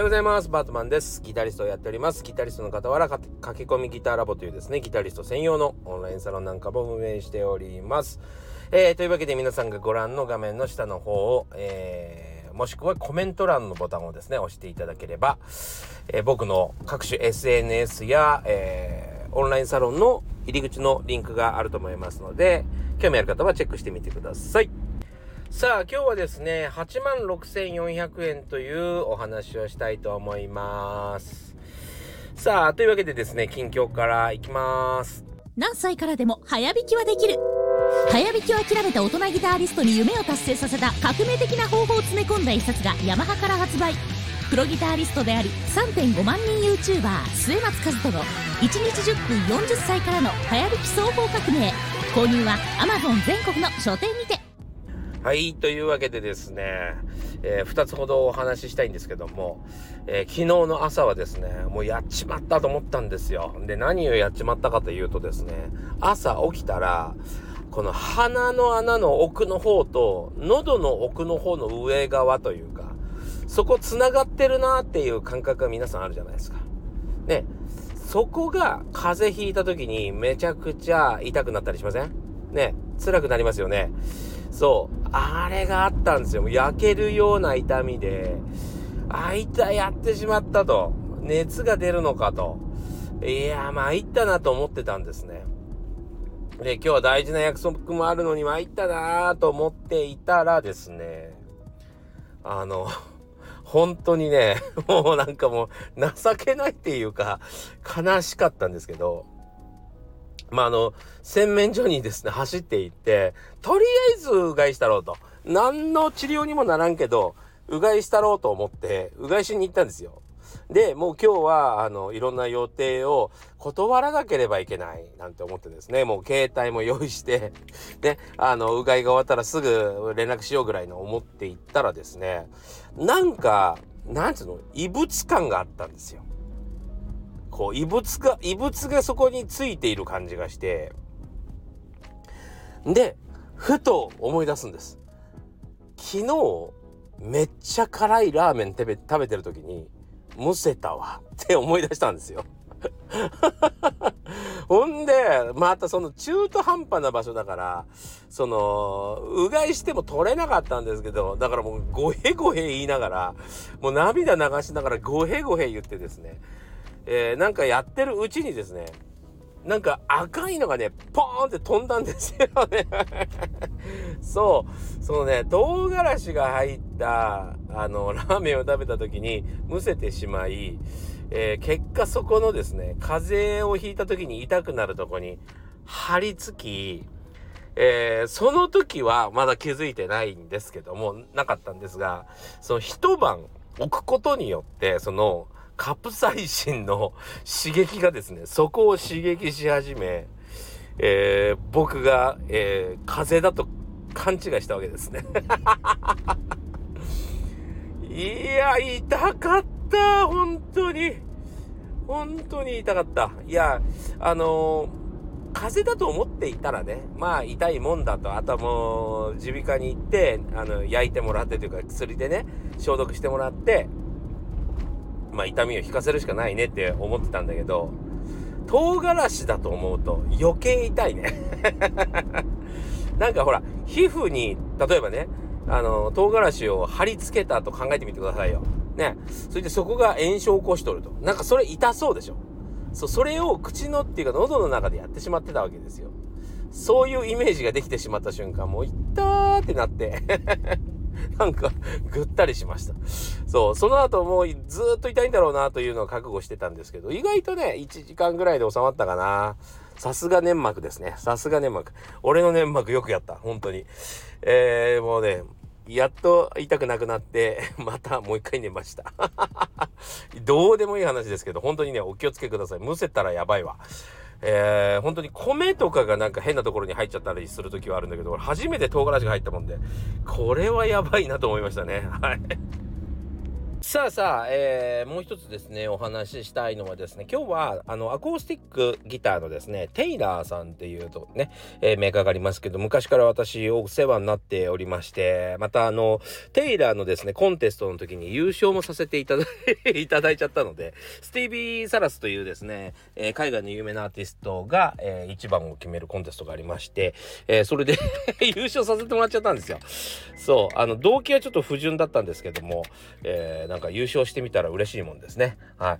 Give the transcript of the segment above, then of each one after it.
ようございます。バートマンです。ギタリストをやっております。ギタリストの傍ら駆け込みギターラボというですね、ギタリスト専用のオンラインサロンなんかも運営しております。というわけで皆さんがご覧の画面の下の方を、もしくはコメント欄のボタンをですね、押していただければ、僕の各種 SNS や、オンラインサロンの入り口のリンクがあると思いますので、興味ある方はチェックしてみてください。さあ今日はですね、86,400円というお話をしたいと思います。さあというわけでですね、近況からいきます。 何歳からでも早弾きはできる。早弾きを諦めた大人ギタリストに夢を達成させた革命的な方法を詰め込んだ一冊がヤマハから発売。プロギタリストであり 3.5 万人 YouTuber 末松和人の1日10分40歳からの早弾き双方革命。購入は Amazon 全国の書店にて。 はい、というわけでですね、2つほどお話ししたいんですけども、昨日の朝はですね、もうやっちまったと思ったんですよ。で、何をやっちまったかというとですね、朝起きたら、この鼻の穴の奥の方と喉の奥の方の上側というか、そこ繋がってるなっていう感覚が皆さんあるじゃないですか。ね、そこが風邪ひいた時にめちゃくちゃ痛くなったりしません？ね、辛くなりますよね。そう、あれがあったんですよ。もう焼けるような痛みで、やってしまったと。熱が出るのかと。いや、参ったなと思ってたんですね。で、今日は大事な約束もあるのに参ったなと思っていたらですね、本当にね、もうなんかもう情けないっていうか、悲しかったんですけど、洗面所にですね、走って行って、とりあえずうがいしたろうと。何の治療にもならんけど、うがいしたろうと思って、うがいしに行ったんですよ。で、もう今日は、いろんな予定を断らなければいけない、なんて思ってですね、もう携帯も用意して、ね、うがいが終わったらすぐ連絡しようぐらいの思って行ったらですね、なんか、異物感があったんですよ。こう異物がそこについている感じがして、でふと思い出すんです。昨日めっちゃ辛いラーメン食べてる時にむせたわって思い出したんですよ。ほんでまたその中途半端な場所だから、うがいしても取れなかったんですけど、だからもうゴヘゴヘ言いながら、もう涙流しながらゴヘゴヘ言ってですね、なんかやってるうちにですね、なんか赤いのがね、ポーンって飛んだんですよね。そう、そのね、唐辛子が入った、ラーメンを食べた時にむせてしまい、結果そこのですね、風邪をひいた時に痛くなるとこに張り付き、その時はまだ気づいてないんですけども、なかったんですが、その一晩置くことによって、カプサイシンの刺激がですね、そこを刺激し始め、僕が、風邪だと勘違いしたわけですね。いや、痛かった。本当に痛かった。いや、風邪だと思っていたらね、まあ痛いもんだと。あとはもう耳鼻科に行って、焼いてもらってというか、薬でね、消毒してもらって、まあ痛みを引かせるしかないねって思ってたんだけど、唐辛子だと思うと余計痛いね。なんかほら、皮膚に例えばね、唐辛子を貼り付けたと考えてみてくださいよね。それでそこが炎症を起こしとると、なんかそれ痛そうでしょ。それを口のっていうか喉の中でやってしまってたわけですよ。そういうイメージができてしまった瞬間、もう痛ーってなってなんかぐったりしました。そう、その後もうずーっと痛いんだろうなというのを覚悟してたんですけど、意外とね、1時間ぐらいで収まったかな。さすが粘膜ですね。さすが粘膜。俺の粘膜よくやった。本当に。もうね、やっと痛くなくなって、またもう一回寝ました。どうでもいい話ですけど、本当にね、お気をつけください。むせたらやばいわ。本当に米とかがなんか変なところに入っちゃったりする時はあるんだけど、俺初めて唐辛子が入ったもんで、これはやばいなと思いましたね。はい。 さあ、もう一つですねお話ししたいのはですね、今日はアコースティックギターのですねテイラーさんっていうとね、メーカーがありますけど、昔から私お世話になっておりまして、またテイラーのですねコンテストの時に優勝もさせていただいちゃったので、スティービー・サラスというですね、海外の有名なアーティストが、1番を決めるコンテストがありまして、それで優勝させてもらっちゃったんですよ。そう、動機はちょっと不純だったんですけども、なんか優勝してみたら嬉しいもんですね。はい。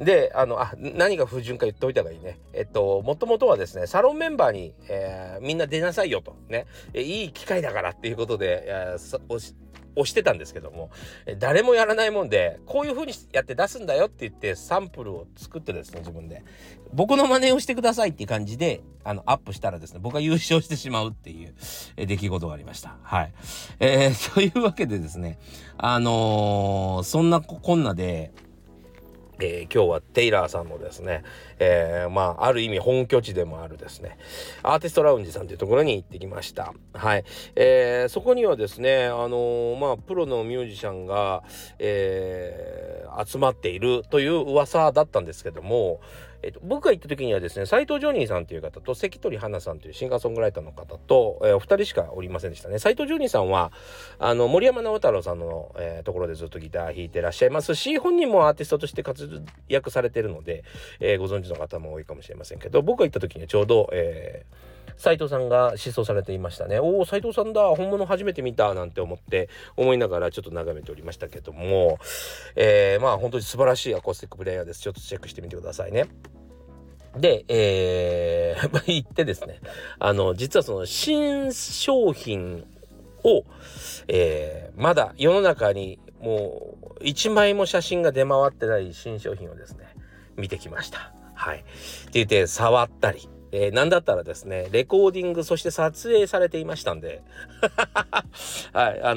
で、何が不純か言っておいた方がいいね。もともとはですね、サロンメンバーに、みんな出なさいよとね、いい機会だからっていうことで、押してたんですけども、誰もやらないもんで、こういう風にやって出すんだよって言ってサンプルを作ってですね、自分で僕の真似をしてくださいっていう感じでアップしたらですね、僕が優勝してしまうっていう、出来事がありました。はい。というわけでですね、そんなこんなで、今日はテイラーさんのですね、ある意味本拠地でもあるですねアーティストラウンジさんというところに行ってきました。はい。そこにはですねプロのミュージシャンが、集まっているという噂だったんですけども、僕が行った時にはですね、斉藤ジョニーさんという方と関取花さんというシンガーソングライターの方と、お二人しかおりませんでしたね。斉藤ジョニーさんは森山直太朗さんの、ところでずっとギター弾いてらっしゃいますし、本人もアーティストとして活躍されているので、ご存知の方も多いかもしれませんけど、僕が行った時にはちょうど、斉藤さんが失踪されていましたね。おお、斉藤さんだ、本物初めて見たなんて思いながらちょっと眺めておりましたけども、本当に素晴らしいアコースティックプレイヤーです。ちょっとチェックしてみてくださいね。で、行ってですね、実はその新商品を、まだ世の中にもう1枚も写真が出回ってない新商品をですね見てきました。はい。って言って触ったり、なんだったらですねレコーディングそして撮影されていましたんではい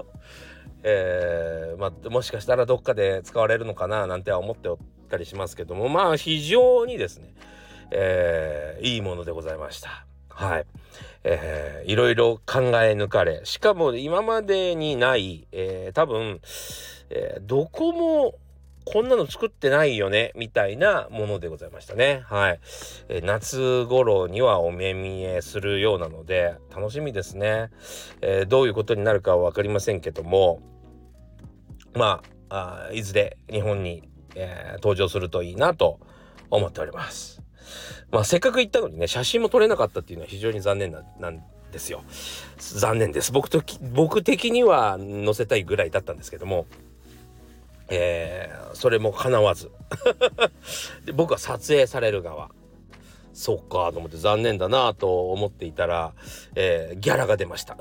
もしかしたらどっかで使われるのかななんては思っておったりしますけども、非常にですね、いいものでございました。はい。いろいろ考え抜かれ、しかも今までにない、多分、どこもこんなの作ってないよねみたいなものでございましたね。はい。夏頃にはお目見えするようなので楽しみですね。どういうことになるかは分かりませんけども、いずれ日本に、登場するといいなと思っております。せっかく行ったのにね写真も撮れなかったっていうのは非常に残念なんですよ。残念です。僕的には載せたいぐらいだったんですけども、それも叶わずで僕は撮影される側、そっかと思って残念だなと思っていたら、ギャラが出ました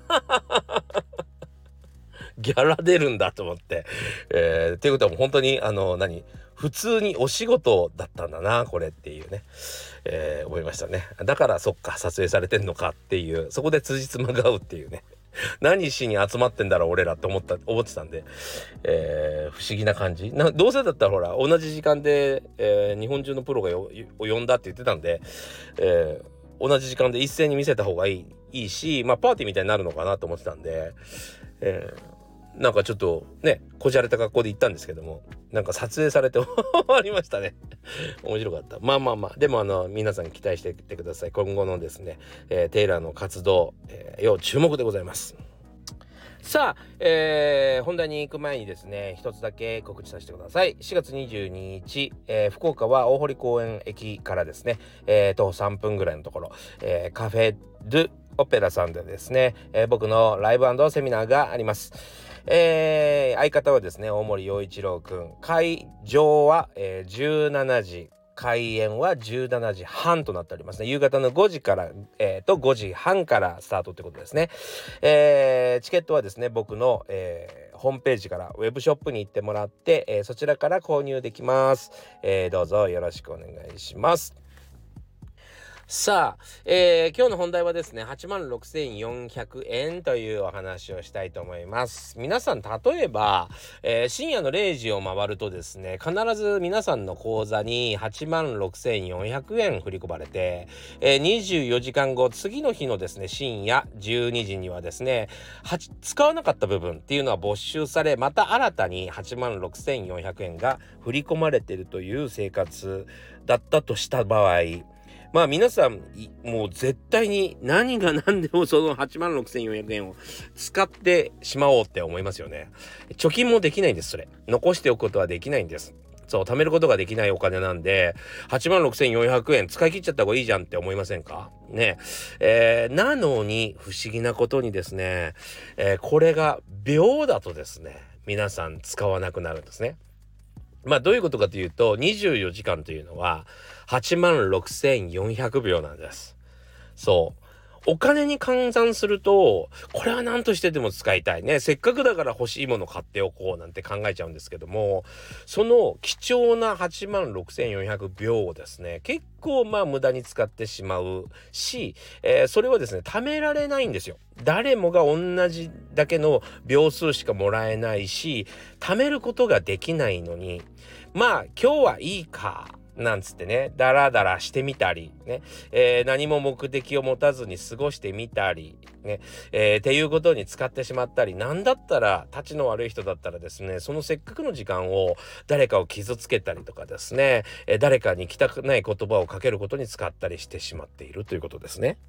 ギャラ出るんだと思って、っていうことはもう本当に普通にお仕事だったんだなこれっていうね、思いましたね。だからそっか撮影されてんのかっていう、そこで辻褄が合うっていうね何しに集まってんだろう俺らって思ってたんで、不思議な感じどうせだったらほら同じ時間で、日本中のプロが呼んだって言ってたんで、同じ時間で一斉に見せた方がいいし、パーティーみたいになるのかなと思ってたんで、なんかちょっとねこじゃれた格好で行ったんですけども、なんか撮影されて終わりましたね面白かった。でも皆さん期待していてください。今後のですね、テイラーの活動、要注目でございます。さあ、本題に行く前にですね一つだけ告知させてください。4月22日、福岡は大堀公園駅からですね、徒歩3分ぐらいのところ、カフェドゥオペラさんでですね、僕のライブ&セミナーがあります。相方はですね大森陽一郎くん。会場は、17時、開演は17時半となっておりますね。夕方の5時から、5時半からスタートってことですね。チケットはですね僕の、ホームページからウェブショップに行ってもらって、そちらから購入できます。どうぞよろしくお願いします。 さあ、今日の本題はですね、86,400円というお話をしたいと思います。皆さん、例えば、深夜の0時を回るとですね、必ず皆さんの口座に86,400円振り込まれて、24時間後、次の日のですね、深夜12時にはですね、使わなかった部分っていうのは没収され、また新たに86,400円が振り込まれているという生活だったとした場合、まあ皆さんもう絶対に何が何でもその86,400円を使ってしまおうって思いますよね。貯金もできないんです。それ残しておくことはできないんです。そう、貯めることができないお金なんで、86,400円使い切っちゃった方がいいじゃんって思いませんかね。なのに不思議なことにですね、これが秒だとですね、皆さん使わなくなるんですね。まあどういうことかというと、24時間というのは86,400秒なんです。そう。お金に換算すると、これは何としてでも使いたいね。せっかくだから欲しいもの買っておこうなんて考えちゃうんですけども、その貴重な86,400秒をですね、結構無駄に使ってしまうし、それはですね、貯められないんですよ。誰もが同じだけの秒数しかもらえないし、貯めることができないのに、今日はいいか。なんつってね、ダラダラしてみたり、ね、何も目的を持たずに過ごしてみたり、ね、っていうことに使ってしまったり、なんだったら、たちの悪い人だったらですね、そのせっかくの時間を誰かを傷つけたりとかですね、誰かに聞きたくない言葉をかけることに使ったりしてしまっているということですね。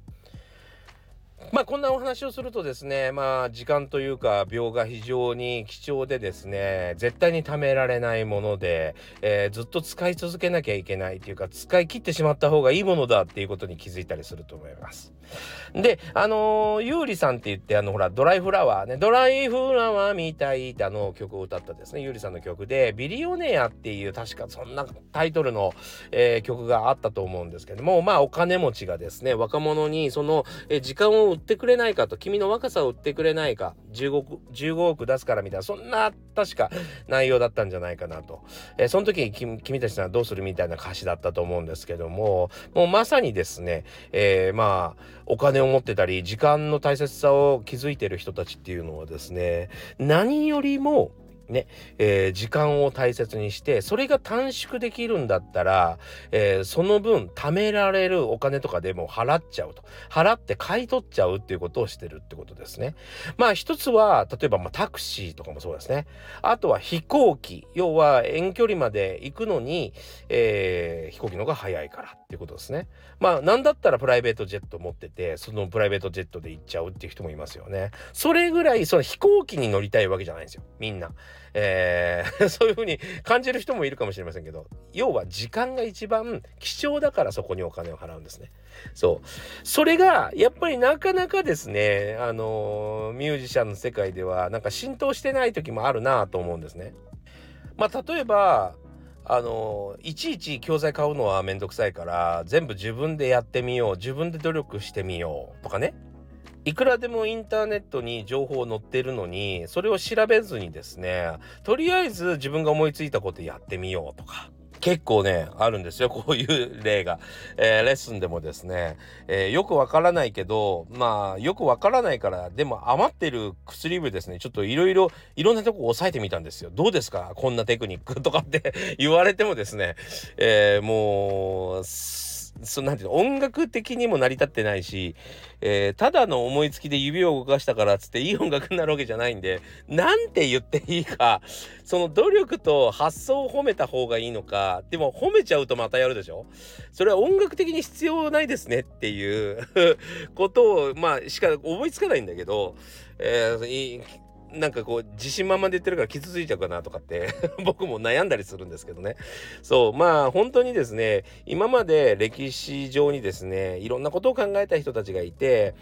こんなお話をするとですね、時間というか秒が非常に貴重でですね、絶対に貯められないもので、ずっと使い続けなきゃいけないというか、使い切ってしまった方がいいものだっていうことに気づいたりすると思います。で、ゆうりさんって言ってドライフラワーね、ドライフラワーみたいって曲を歌ったですね、ゆうりさんの曲で、ビリオネアっていう確かそんなタイトルの、曲があったと思うんですけども、お金持ちがですね、若者にその、時間を売ってくれないかと、君の若さを売ってくれないか、15億出すからみたいな、そんな確か内容だったんじゃないかなと。その時に君たちはどうするみたいな歌詞だったと思うんですけども、もうまさにですね、お金を持ってたり、時間の大切さを気づいている人たちっていうのはですね、何よりもね、時間を大切にして、それが短縮できるんだったら、その分貯められるお金とかでも払っちゃうと。払って買い取っちゃうっていうことをしてるってことですね。一つは、例えばタクシーとかもそうですね。あとは飛行機。要は遠距離まで行くのに、飛行機の方が早いからっていうことですね。なんだったらプライベートジェット持ってて、そのプライベートジェットで行っちゃうっていう人もいますよね。それぐらい、その飛行機に乗りたいわけじゃないんですよ。みんな。そういう風に感じる人もいるかもしれませんけど、要は時間が一番貴重だからそこにお金を払うんですね。そう。それがやっぱりなかなかですね、ミュージシャンの世界ではなんか浸透してない時もあるなと思うんですね。例えばいちいち教材買うのはめんどくさいから全部自分でやってみよう、自分で努力してみようとかね。いくらでもインターネットに情報載ってるのに、それを調べずにですね、とりあえず自分が思いついたことやってみようとか、結構ね、あるんですよ、こういう例が。レッスンでもですね、よくわからないけど、よくわからないから、でも余ってる薬指ですね、ちょっといろんなとこ押さえてみたんですよ。どうですかこんなテクニックとかって言われてもですね、もう、なんていうの、音楽的にも成り立ってないし、ただの思いつきで指を動かしたからっつっていい音楽になるわけじゃないんで、なんて言っていいか、その努力と発想を褒めた方がいいのか、でも褒めちゃうとまたやるでしょ。それは音楽的に必要ないですねっていうことをしか思いつかないんだけど、なんかこう自信満々で言ってるから傷ついちゃうかなとかって僕も悩んだりするんですけどね。そう本当にですね、今まで歴史上にですね、いろんなことを考えた人たちがいて、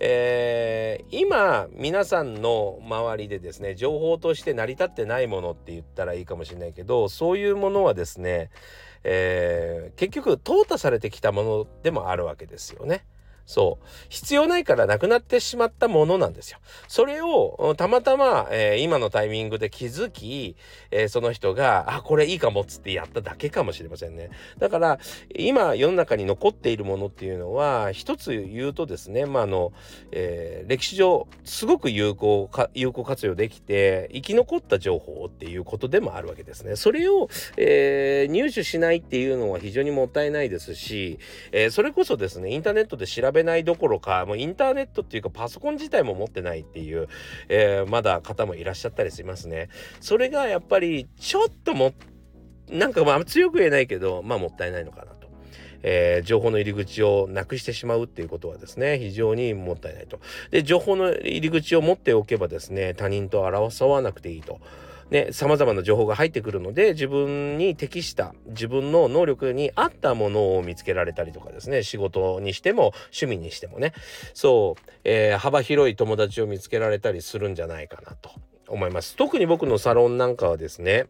今皆さんの周りでですね、情報として成り立ってないものって言ったらいいかもしれないけど、そういうものはですね、結局淘汰されてきたものでもあるわけですよね。 そう必要ないからなくなってしまったものなんですよ。それをたまたま、今のタイミングで気づき、その人がこれいいかもっつってやっただけかもしれませんね。だから今世の中に残っているものっていうのは一つ言うとですね、歴史上すごく有効活用できて生き残った情報っていうことでもあるわけですね。それを、入手しないっていうのは非常にもったいないですし、それこそですねインターネットで調べないどころかもうインターネットっていうかパソコン自体も持ってないっていう、まだ方もいらっしゃったりしますね。それがやっぱりちょっとなんか強く言えないけどもったいないのかなと。情報の入り口をなくしてしまうっていうことはですね非常にもったいないと。で情報の入り口を持っておけばですね他人と争わなくていいと。様々な情報が入ってくるので自分に適した自分の能力に合ったものを見つけられたりとかですね、仕事にしても趣味にしてもね幅広い友達を見つけられたりするんじゃないかなと思います。特に僕のサロンなんかはですね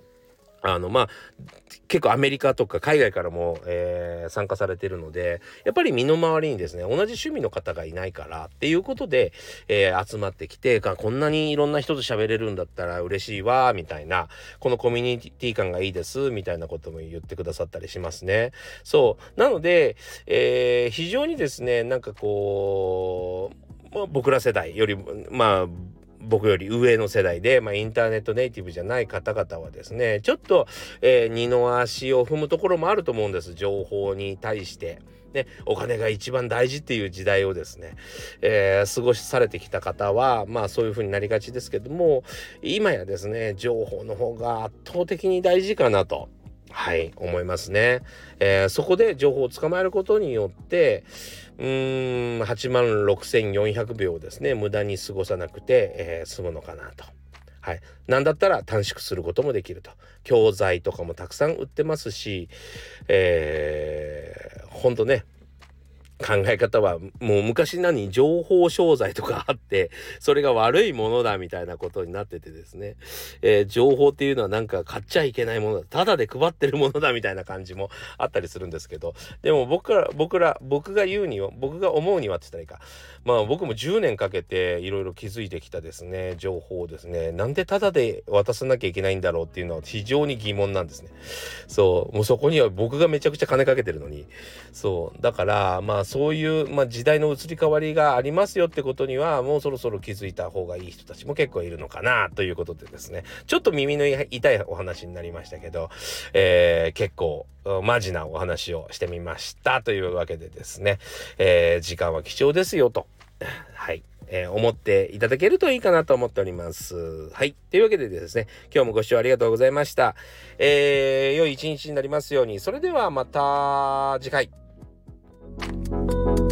結構アメリカとか海外からも、参加されているのでやっぱり身の回りにですね同じ趣味の方がいないからっていうことで、集まってきてこんなにいろんな人と喋れるんだったら嬉しいわみたいな、このコミュニティ感がいいですみたいなことも言ってくださったりしますね。そうなので、非常にですね僕ら世代より僕より上の世代で、インターネットネイティブじゃない方々はですねちょっと、二の足を踏むところもあると思うんです。情報に対してお金が一番大事っていう時代をですね、過ごされてきた方はそういう風になりがちですけども、今やですね情報の方が圧倒的に大事かなと思いますね。そこで情報を捕まえることによって86,400秒をですね無駄に過ごさなくて、済むのかなと。なんだったら短縮することもできると。教材とかもたくさん売ってますし、ほんとね考え方はもう昔情報商材とかあってそれが悪いものだみたいなことになっててですね、情報っていうのはなんか買っちゃいけないものだ、ただで配ってるものだみたいな感じもあったりするんですけど、でも僕が思うにはって言ったらいいか、僕も10年かけていろいろ気づいてきたですね情報をですねなんでただで渡さなきゃいけないんだろうっていうのは非常に疑問なんですね。もうそこには僕がめちゃくちゃ金かけてるのにだからそういう、時代の移り変わりがありますよってことにはもうそろそろ気づいた方がいい人たちも結構いるのかなということでですね、ちょっと耳の痛いお話になりましたけど、結構マジなお話をしてみましたというわけでですね、時間は貴重ですよと思っていただけるといいかなと思っております。というわけでですね今日もご視聴ありがとうございました。良い一日になりますように。それではまた次回。